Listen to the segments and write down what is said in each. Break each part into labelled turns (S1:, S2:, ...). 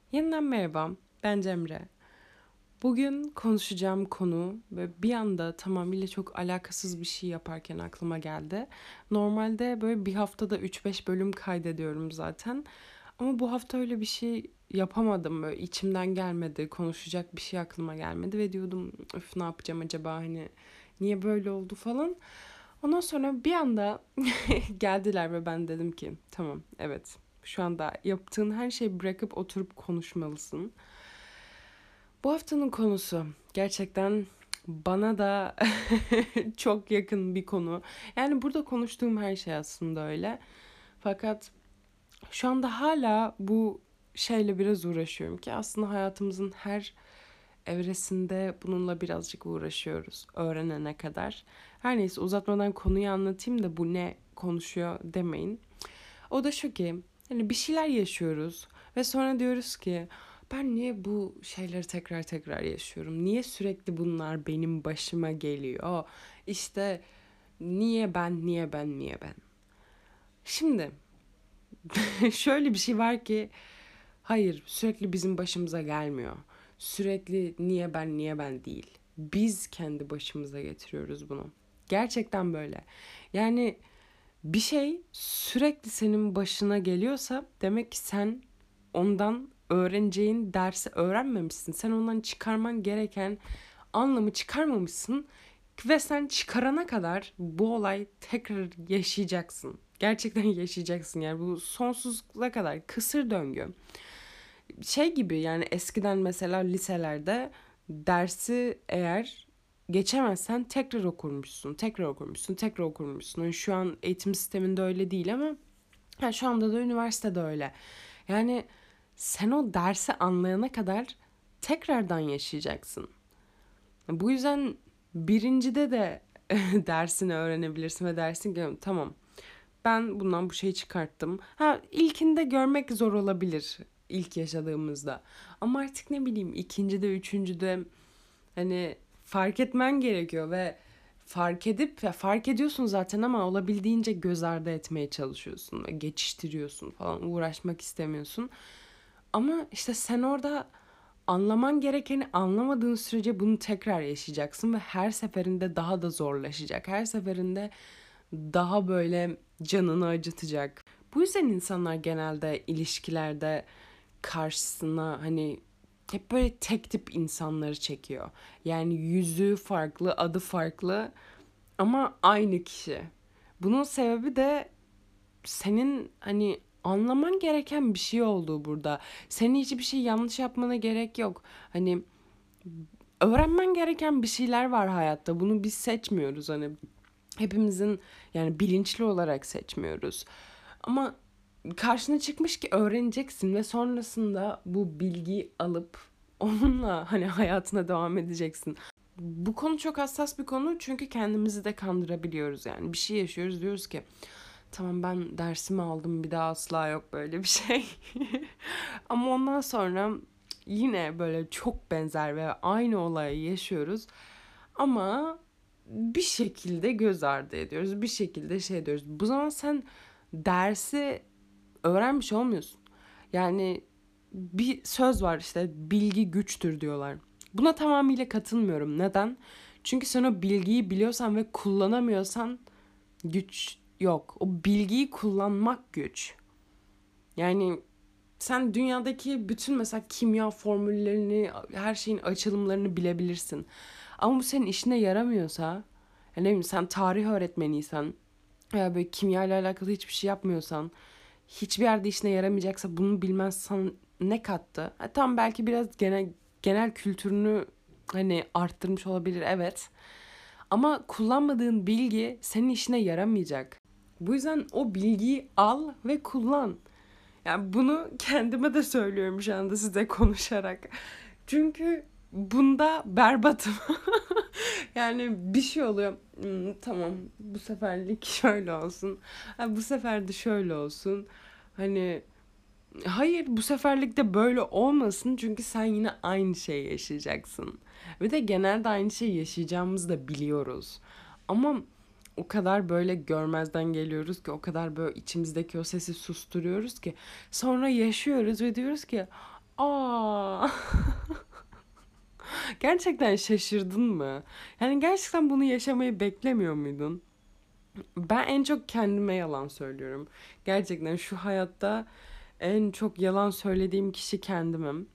S1: Yeniden merhaba, ben Cemre. Bugün konuşacağım konu böyle bir anda tamamıyla çok alakasız bir şey yaparken aklıma geldi. Normalde böyle bir haftada 3-5 bölüm kaydediyorum zaten. Ama bu hafta öyle bir şey yapamadım, böyle içimden gelmedi, konuşacak bir şey aklıma gelmedi ve diyordum öf ne yapacağım acaba, hani niye böyle oldu falan. Ondan sonra bir anda geldiler ve ben dedim ki tamam, evet, şu anda yaptığın her şeyi bırakıp oturup konuşmalısın. Bu haftanın konusu gerçekten bana da çok yakın bir konu. Yani burada konuştuğum her şey aslında öyle. Fakat şu anda hala bu şeyle biraz uğraşıyorum ki aslında hayatımızın her evresinde bununla birazcık uğraşıyoruz öğrenene kadar. Her neyse, uzatmadan konuyu anlatayım da bu ne konuşuyor demeyin. O da şu ki, hani bir şeyler yaşıyoruz ve sonra diyoruz ki ben niye bu şeyleri tekrar tekrar yaşıyorum? Niye sürekli bunlar benim başıma geliyor? İşte niye ben, niye ben, niye ben? Şimdi şöyle bir şey var ki hayır, sürekli bizim başımıza gelmiyor. Sürekli niye ben, niye ben değil. Biz kendi başımıza getiriyoruz bunu. Gerçekten böyle. Yani bir şey sürekli senin başına geliyorsa demek ki sen ondan öğreneceğin dersi öğrenmemişsin. Sen ondan çıkarman gereken anlamı çıkarmamışsın ve sen çıkarana kadar bu olay tekrar yaşayacaksın. Gerçekten yaşayacaksın, yani bu sonsuzluğa kadar kısır döngü. Şey gibi, yani eskiden mesela liselerde dersi eğer geçemezsen tekrar okurmuşsun, tekrar okurmuşsun, tekrar okurmuşsun. Yani şu an eğitim sisteminde öyle değil ama yani şu anda da üniversitede öyle. Yani sen o dersi anlayana kadar tekrardan yaşayacaksın. Bu yüzden birincide de dersini öğrenebilirsin ve dersin ki tamam, ben bundan bu şeyi çıkarttım. Ha, ilkinde görmek zor olabilir ilk yaşadığımızda. Ama artık ne bileyim ikincide, üçüncüde hani fark etmen gerekiyor ve fark edip ya fark ediyorsun zaten ama olabildiğince göz ardı etmeye çalışıyorsun ve geçiştiriyorsun falan, uğraşmak istemiyorsun. Ama işte sen orada anlaman gerekeni anlamadığın sürece bunu tekrar yaşayacaksın ve her seferinde daha da zorlaşacak. Her seferinde daha böyle canını acıtacak. Bu yüzden insanlar genelde ilişkilerde karşısına hani hep böyle tek tip insanları çekiyor. Yani yüzü farklı, adı farklı ama aynı kişi. Bunun sebebi de senin hani anlaman gereken bir şey olduğu burada. Senin hiçbir şey yanlış yapmana gerek yok. Hani öğrenmen gereken bir şeyler var hayatta. Bunu biz seçmiyoruz, hani hepimizin, yani bilinçli olarak seçmiyoruz. Ama karşına çıkmış ki öğreneceksin ve sonrasında bu bilgiyi alıp onunla hani hayatına devam edeceksin. Bu konu çok hassas bir konu çünkü kendimizi de kandırabiliyoruz, yani bir şey yaşıyoruz, diyoruz ki tamam ben dersimi aldım, bir daha asla yok böyle bir şey. Ama ondan sonra yine böyle çok benzer ve aynı olayı yaşıyoruz. Ama bir şekilde göz ardı ediyoruz. Bir şekilde şey diyoruz. Bu zaman sen dersi öğrenmiş olmuyorsun. Yani bir söz var işte, bilgi güçtür diyorlar. Buna tamamıyla katılmıyorum. Neden? Çünkü sen o bilgiyi biliyorsan ve kullanamıyorsan güç yok. O bilgiyi kullanmak güç. Yani sen dünyadaki bütün mesela kimya formüllerini, her şeyin açılımlarını bilebilirsin. Ama bu senin işine yaramıyorsa, yani ne bileyim sen tarih öğretmeniysen veya böyle kimya ile alakalı hiçbir şey yapmıyorsan, hiçbir yerde işine yaramayacaksa bunu bilmen sana ne kattı? Ha, tam belki biraz genel kültürünü hani arttırmış olabilir, evet. Ama kullanmadığın bilgi senin işine yaramayacak. Bu yüzden o bilgiyi al ve kullan. Yani bunu kendime de söylüyorum şu anda size konuşarak. Çünkü bunda berbatım. Yani bir şey oluyor. Tamam, bu seferlik şöyle olsun. Ha, bu sefer de şöyle olsun. Hani hayır, bu seferlik de böyle olmasın çünkü sen yine aynı şeyi yaşayacaksın. Ve de genelde aynı şeyi yaşayacağımızı da biliyoruz. Ama o kadar böyle görmezden geliyoruz ki, o kadar böyle içimizdeki o sesi susturuyoruz ki sonra yaşıyoruz ve diyoruz ki Aa. Gerçekten şaşırdın mı? Yani gerçekten bunu yaşamayı beklemiyor muydun? Ben en çok kendime yalan söylüyorum. Gerçekten şu hayatta en çok yalan söylediğim kişi kendimim.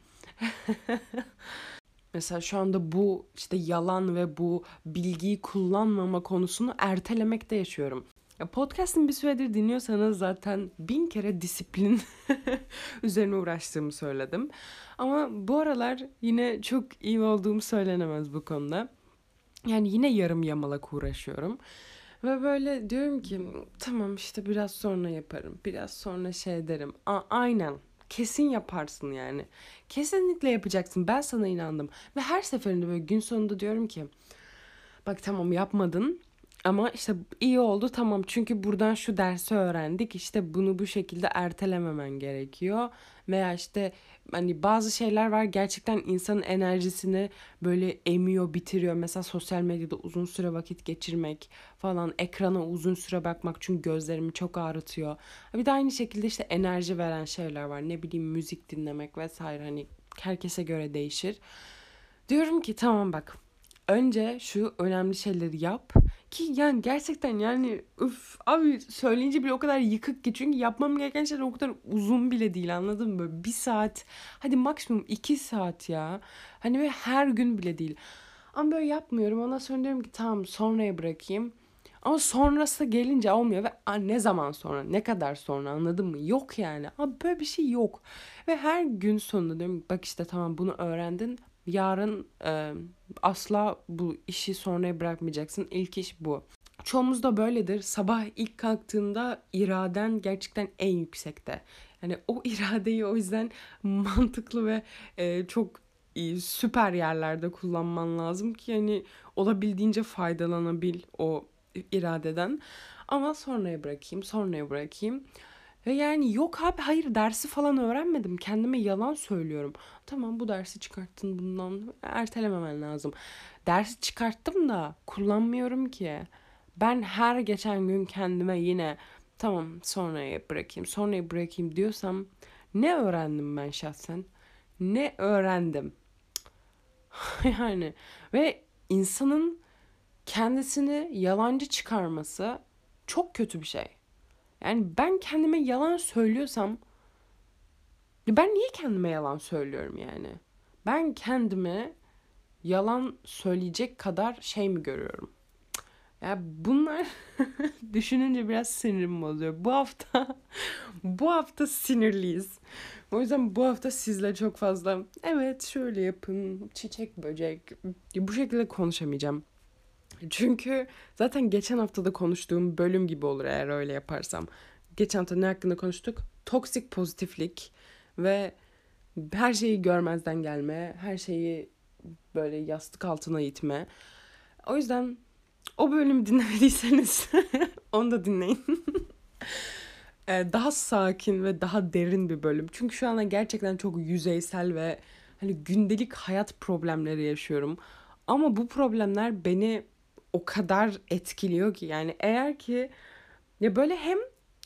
S1: Mesela şu anda bu işte yalan ve bu bilgiyi kullanmama konusunu ertelemekte yaşıyorum. Ya podcast'ın bir süredir dinliyorsanız zaten 1000 kere disiplin üzerine uğraştığımı söyledim. Ama bu aralar yine çok iyi olduğum söylenemez bu konuda. Yani yine yarım yamalak uğraşıyorum. Ve böyle diyorum ki tamam işte biraz sonra yaparım. Biraz sonra şey derim. Aynen. Kesin yaparsın yani. Kesinlikle yapacaksın. Ben sana inandım. Ve her seferinde böyle gün sonunda diyorum ki bak tamam yapmadın ama işte iyi oldu tamam çünkü buradan şu dersi öğrendik işte bunu bu şekilde ertelememen gerekiyor veya işte hani bazı şeyler var gerçekten insanın enerjisini böyle emiyor bitiriyor mesela sosyal medyada uzun süre vakit geçirmek falan ekrana uzun süre bakmak çünkü gözlerimi çok ağrıtıyor bir de aynı şekilde işte enerji veren şeyler var ne bileyim müzik dinlemek vesaire hani herkese göre değişir. Diyorum ki tamam bak. Önce şu önemli şeyleri yap ki yani gerçekten yani üf abi söyleyince bile o kadar yıkık ki çünkü yapmam gereken şeyler o kadar uzun bile değil anladın mı? Böyle 1 saat hadi maksimum 2 saat ya. Hani böyle her gün bile değil. Ama böyle yapmıyorum ondan sonra diyorum ki tamam sonraya bırakayım. Ama sonrası gelince olmuyor ve ne zaman sonra ne kadar sonra anladın mı? Yok yani. Abi böyle bir şey yok. Ve her gün sonunda diyorum ki, bak işte tamam bunu öğrendin. Yarın asla bu işi sonraya bırakmayacaksın. İlk iş bu. Çoğumuz da böyledir. Sabah ilk kalktığında iraden gerçekten en yüksekte. Yani o iradeyi o yüzden mantıklı ve çok iyi, süper yerlerde kullanman lazım ki yani olabildiğince faydalanabil o iradeden. Ama sonraya bırakayım, sonraya bırakayım. Ve yani yok abi hayır dersi falan öğrenmedim. Kendime yalan söylüyorum. Tamam bu dersi çıkarttın bundan ertelememen lazım. Dersi çıkarttım da kullanmıyorum ki. Ben her geçen gün kendime yine tamam sonraya bırakayım, sonraya bırakayım diyorsam ne öğrendim ben şahsen? Ne öğrendim? Yani ve insanın kendisini yalancı çıkarması çok kötü bir şey. Yani ben kendime yalan söylüyorsam ben niye kendime yalan söylüyorum yani? Ben kendime yalan söyleyecek kadar şey mi görüyorum? Ya bunlar düşününce biraz sinirim bozuyor. Bu hafta sinirliyiz. O yüzden bu hafta sizle çok fazla evet şöyle yapın çiçek böcek bu şekilde konuşamayacağım. Çünkü zaten geçen haftada konuştuğum bölüm gibi olur eğer öyle yaparsam. Geçen hafta ne hakkında konuştuk? Toksik pozitiflik ve her şeyi görmezden gelme, her şeyi böyle yastık altına itme. O yüzden o bölümü dinlemediyseniz onu da dinleyin. Daha sakin ve daha derin bir bölüm. Çünkü şu anda gerçekten çok yüzeysel ve hani gündelik hayat problemleri yaşıyorum. Ama bu problemler beni o kadar etkiliyor ki yani eğer ki ya böyle hem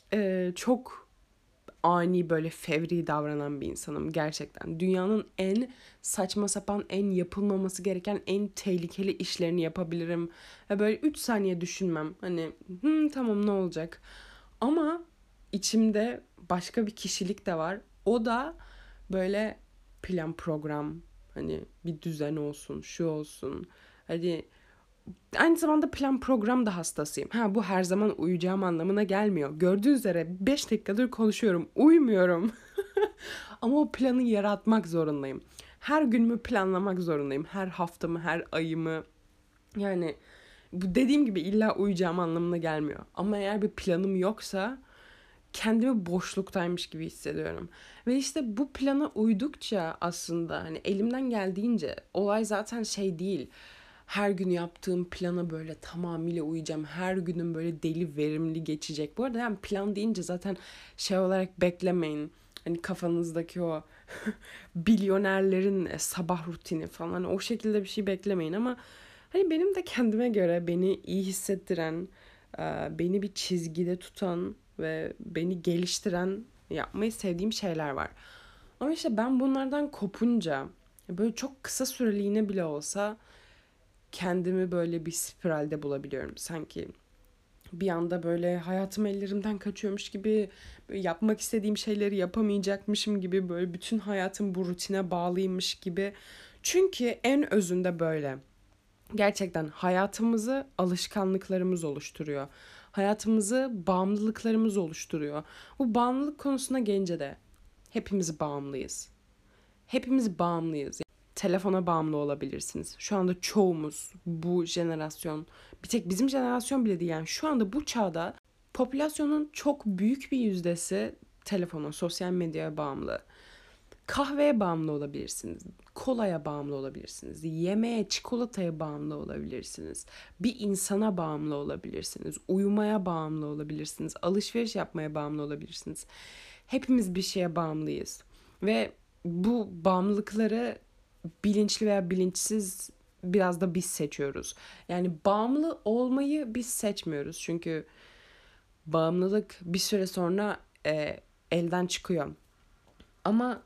S1: çok ani böyle fevri davranan bir insanım gerçekten. Dünyanın en saçma sapan, en yapılmaması gereken, en tehlikeli işlerini yapabilirim. Ve böyle 3 saniye düşünmem. Hani tamam ne olacak? Ama içimde başka bir kişilik de var. O da böyle plan program, hani bir düzen olsun, şu olsun. Hani aynı zamanda plan program da hastasıyım. Ha bu her zaman uyuyacağım anlamına gelmiyor. Gördüğünüz üzere 5 dakikadır konuşuyorum. Uyumuyorum. Ama o planı yaratmak zorundayım. Her günümü planlamak zorundayım. Her haftamı, her ayımı. Yani bu dediğim gibi illa uyuyacağım anlamına gelmiyor. Ama eğer bir planım yoksa kendimi boşluktaymış gibi hissediyorum. Ve işte bu plana uydukça aslında hani elimden geldiğince olay zaten şey değil. Her gün yaptığım plana böyle tamamıyla uyacağım. Her günüm böyle deli verimli geçecek. Bu arada yani plan deyince zaten şey olarak beklemeyin. Hani kafanızdaki o bilyonerlerin sabah rutini falan o şekilde bir şey beklemeyin ama hani benim de kendime göre beni iyi hissettiren, beni bir çizgide tutan ve beni geliştiren yapmayı sevdiğim şeyler var. Ama işte ben bunlardan kopunca böyle çok kısa süreliğine bile olsa kendimi böyle bir spiralde bulabiliyorum. Sanki bir anda böyle hayatım ellerimden kaçıyormuş gibi, böyle yapmak istediğim şeyleri yapamayacakmışım gibi, böyle bütün hayatım bu rutine bağlıymış gibi. Çünkü en özünde böyle. Gerçekten hayatımızı alışkanlıklarımız oluşturuyor. Hayatımızı bağımlılıklarımız oluşturuyor. Bu bağımlılık konusuna gelince de hepimiz bağımlıyız. Hepimiz bağımlıyız. Telefona bağımlı olabilirsiniz. Şu anda çoğumuz, bu jenerasyon, bir tek bizim jenerasyon bile değil, yani şu anda bu çağda popülasyonun çok büyük bir yüzdesi telefona, sosyal medyaya bağımlı. Kahveye bağımlı olabilirsiniz. Kolaya bağımlı olabilirsiniz. Yemeğe, çikolataya bağımlı olabilirsiniz. Bir insana bağımlı olabilirsiniz. Uyumaya bağımlı olabilirsiniz. Alışveriş yapmaya bağımlı olabilirsiniz. Hepimiz bir şeye bağımlıyız. Ve bu bağımlılıkları bilinçli veya bilinçsiz biraz da biz seçiyoruz. Yani bağımlı olmayı biz seçmiyoruz. Çünkü bağımlılık bir süre sonra elden çıkıyor. Ama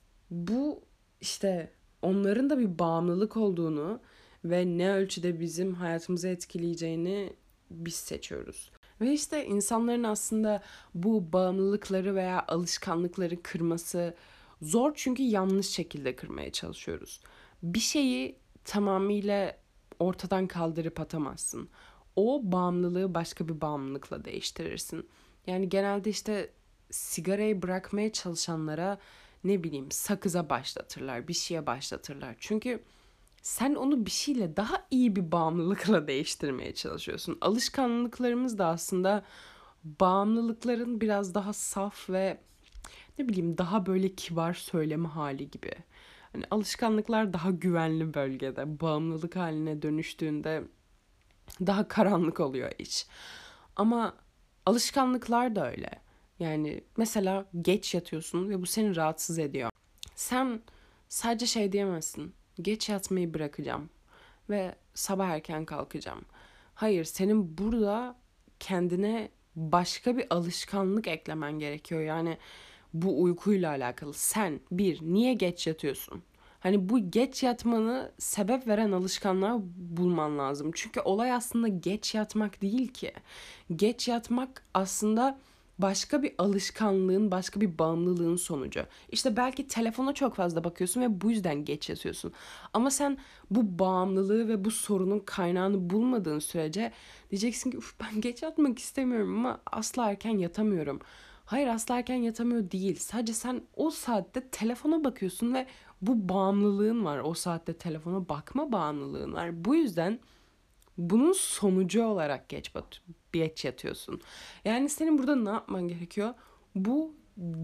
S1: bu işte onların da bir bağımlılık olduğunu ve ne ölçüde bizim hayatımızı etkileyeceğini biz seçiyoruz. Ve işte insanların aslında bu bağımlılıkları veya alışkanlıkları kırması zor, çünkü yanlış şekilde kırmaya çalışıyoruz. Bir şeyi tamamıyla ortadan kaldırıp atamazsın. O bağımlılığı başka bir bağımlılıkla değiştirirsin. Yani genelde işte sigarayı bırakmaya çalışanlara ne bileyim sakıza başlatırlar, bir şeye başlatırlar. Çünkü sen onu bir şeyle, daha iyi bir bağımlılıkla değiştirmeye çalışıyorsun. Alışkanlıklarımız da aslında bağımlılıkların biraz daha saf ve ne bileyim daha böyle kibar söyleme hali gibi. Hani alışkanlıklar daha güvenli bölgede, bağımlılık haline dönüştüğünde daha karanlık oluyor iç. Ama alışkanlıklar da öyle. Yani mesela geç yatıyorsun ve bu seni rahatsız ediyor. Sen sadece şey diyemezsin. Geç yatmayı bırakacağım ve sabah erken kalkacağım. Hayır, senin burada kendine başka bir alışkanlık eklemen gerekiyor. Yani bu uykuyla alakalı. Sen niye geç yatıyorsun? Hani bu geç yatmanı sebep veren alışkanlığı bulman lazım. Çünkü olay aslında geç yatmak değil ki. Geç yatmak aslında başka bir alışkanlığın, başka bir bağımlılığın sonucu. İşte belki telefona çok fazla bakıyorsun ve bu yüzden geç yatıyorsun. Ama sen bu bağımlılığı ve bu sorunun kaynağını bulmadığın sürece diyeceksin ki ben geç yatmak istemiyorum ama asla erken yatamıyorum. Hayır, asla erken yatamıyor değil. Sadece sen o saatte telefona bakıyorsun ve bu bağımlılığın var. O saatte telefona bakma bağımlılığın var. Bu yüzden bunun sonucu olarak geç yatıyorsun. Yani senin burada ne yapman gerekiyor? Bu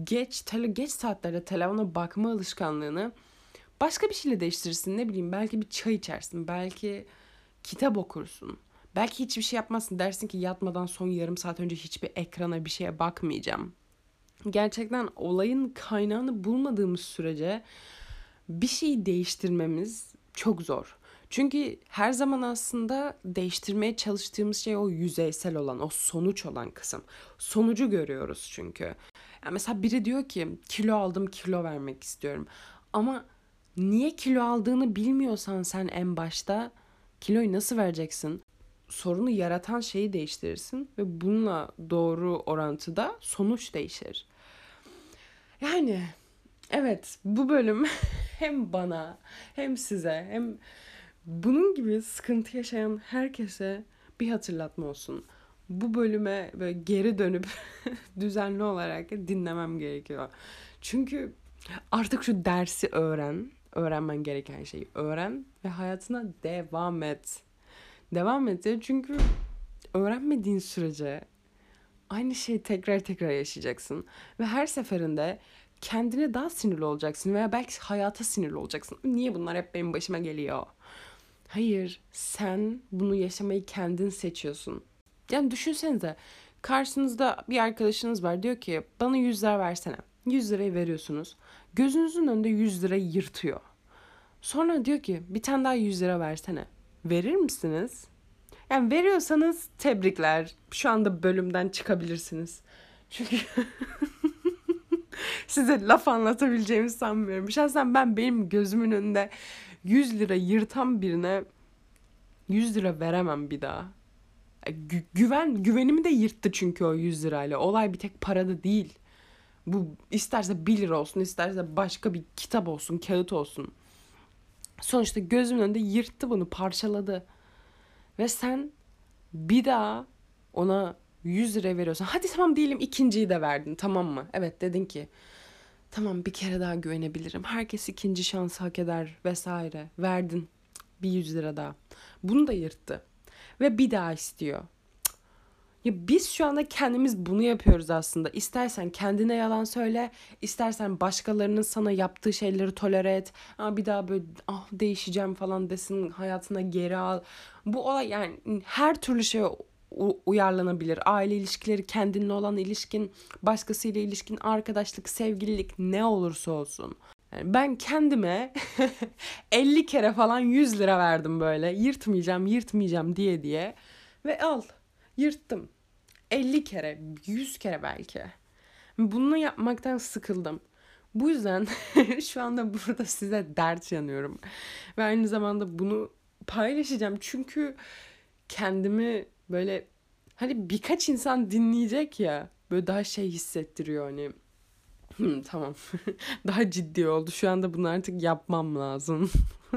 S1: geç saatlerde telefona bakma alışkanlığını başka bir şeyle değiştirirsin. Ne bileyim, belki bir çay içersin. Belki kitap okursun. Belki hiçbir şey yapmazsın. Dersin ki yatmadan son yarım saat önce hiçbir ekrana, bir şeye bakmayacağım. Gerçekten olayın kaynağını bulmadığımız sürece bir şeyi değiştirmemiz çok zor. Çünkü her zaman aslında değiştirmeye çalıştığımız şey o yüzeysel olan, o sonuç olan kısım. Sonucu görüyoruz çünkü. Yani mesela biri diyor ki kilo aldım, kilo vermek istiyorum. Ama niye kilo aldığını bilmiyorsan sen en başta kiloyu nasıl vereceksin? Sorunu yaratan şeyi değiştirirsin ve bununla doğru orantıda sonuç değişir. Yani evet, bu bölüm hem bana hem size hem bunun gibi sıkıntı yaşayan herkese bir hatırlatma olsun. Bu bölüme böyle geri dönüp düzenli olarak dinlemem gerekiyor. Çünkü artık şu dersi öğrenmen gereken şeyi öğren ve hayatına devam et. Devam et ya, çünkü öğrenmediğin sürece aynı şeyi tekrar tekrar yaşayacaksın. Ve her seferinde kendine daha sinirli olacaksın veya belki hayata sinirli olacaksın. Niye bunlar hep benim başıma geliyor? Hayır, sen bunu yaşamayı kendin seçiyorsun. Yani düşünsenize, karşınızda bir arkadaşınız var, diyor ki bana 100 lira versene. 100 lirayı veriyorsunuz. Gözünüzün önünde 100 lirayı yırtıyor. Sonra diyor ki bir tane daha 100 lira versene. Verir misiniz? Yani veriyorsanız tebrikler. Şu anda bölümden çıkabilirsiniz. Çünkü Size laf anlatabileceğimi sanmıyorum. Şahsen benim gözümün önünde 100 lira yırtan birine 100 lira veremem bir daha. Güvenimi de yırttı çünkü o 100 lirayla. Olay bir tek parada değil. Bu isterse 1 lira olsun, isterse başka bir kitap olsun, kağıt olsun. Sonuçta gözümün önünde yırttı bunu, parçaladı. Ve sen bir daha ona 100 lira veriyorsun. Hadi tamam diyelim ikinciyi de verdin, tamam mı? Evet, dedin ki tamam, bir kere daha güvenebilirim. Herkes ikinci şansı hak eder vesaire. Verdin bir 100 lira daha. Bunu da yırttı. Ve bir daha istiyor. Ya biz şu anda kendimiz bunu yapıyoruz aslında. İstersen kendine yalan söyle, istersen başkalarının sana yaptığı şeyleri tolere et. Bir daha böyle değişeceğim falan desin, hayatına geri al. Bu olay yani her türlü şeye uyarlanabilir. Aile ilişkileri, kendinle olan ilişkin, başkasıyla ilişkin, arkadaşlık, sevgililik, ne olursa olsun. Yani ben kendime 50 kere falan 100 lira verdim böyle. Yırtmayacağım diye. Ve al, yırttım. 50 kere, 100 kere belki. Bunu yapmaktan sıkıldım. Bu yüzden şu anda burada size dert yanıyorum. Ve aynı zamanda bunu paylaşacağım. Çünkü kendimi böyle, hani birkaç insan dinleyecek ya, böyle daha şey hissettiriyor hani. Tamam. Daha ciddi oldu. Şu anda bunu artık yapmam lazım.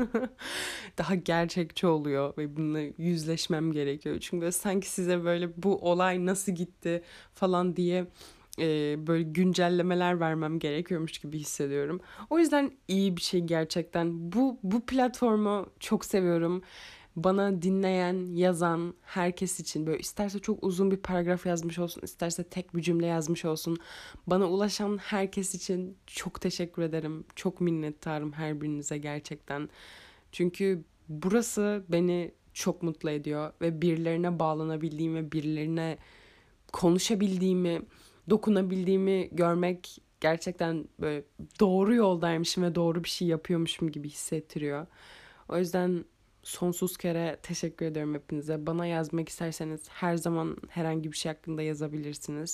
S1: Daha gerçekçi oluyor ve bununla yüzleşmem gerekiyor. Çünkü böyle sanki size böyle bu olay nasıl gitti falan diye böyle güncellemeler vermem gerekiyormuş gibi hissediyorum. O yüzden iyi bir şey gerçekten. Bu platformu çok seviyorum. Bana dinleyen, yazan herkes için, böyle isterse çok uzun bir paragraf yazmış olsun, isterse tek bir cümle yazmış olsun, bana ulaşan herkes için çok teşekkür ederim. Çok minnettarım her birinize gerçekten. Çünkü burası beni çok mutlu ediyor ve birilerine bağlanabildiğim ve birilerine konuşabildiğimi, dokunabildiğimi görmek gerçekten böyle doğru yoldaymışım ve doğru bir şey yapıyormuşum gibi hissettiriyor. O yüzden sonsuz kere teşekkür ediyorum hepinize. Bana yazmak isterseniz her zaman herhangi bir şey hakkında yazabilirsiniz.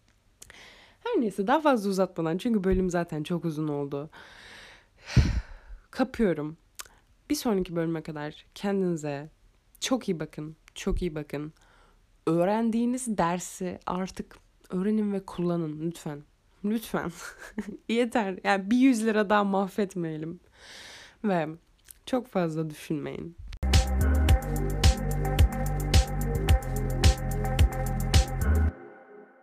S1: Her neyse, daha fazla uzatmadan, çünkü bölüm zaten çok uzun oldu. Kapıyorum. Bir sonraki bölüme kadar kendinize çok iyi bakın. Çok iyi bakın. Öğrendiğiniz dersi artık öğrenin ve kullanın lütfen. Lütfen. Yeter. Yani bir 100 lira daha mahvetmeyelim. Ve çok fazla düşünmeyin.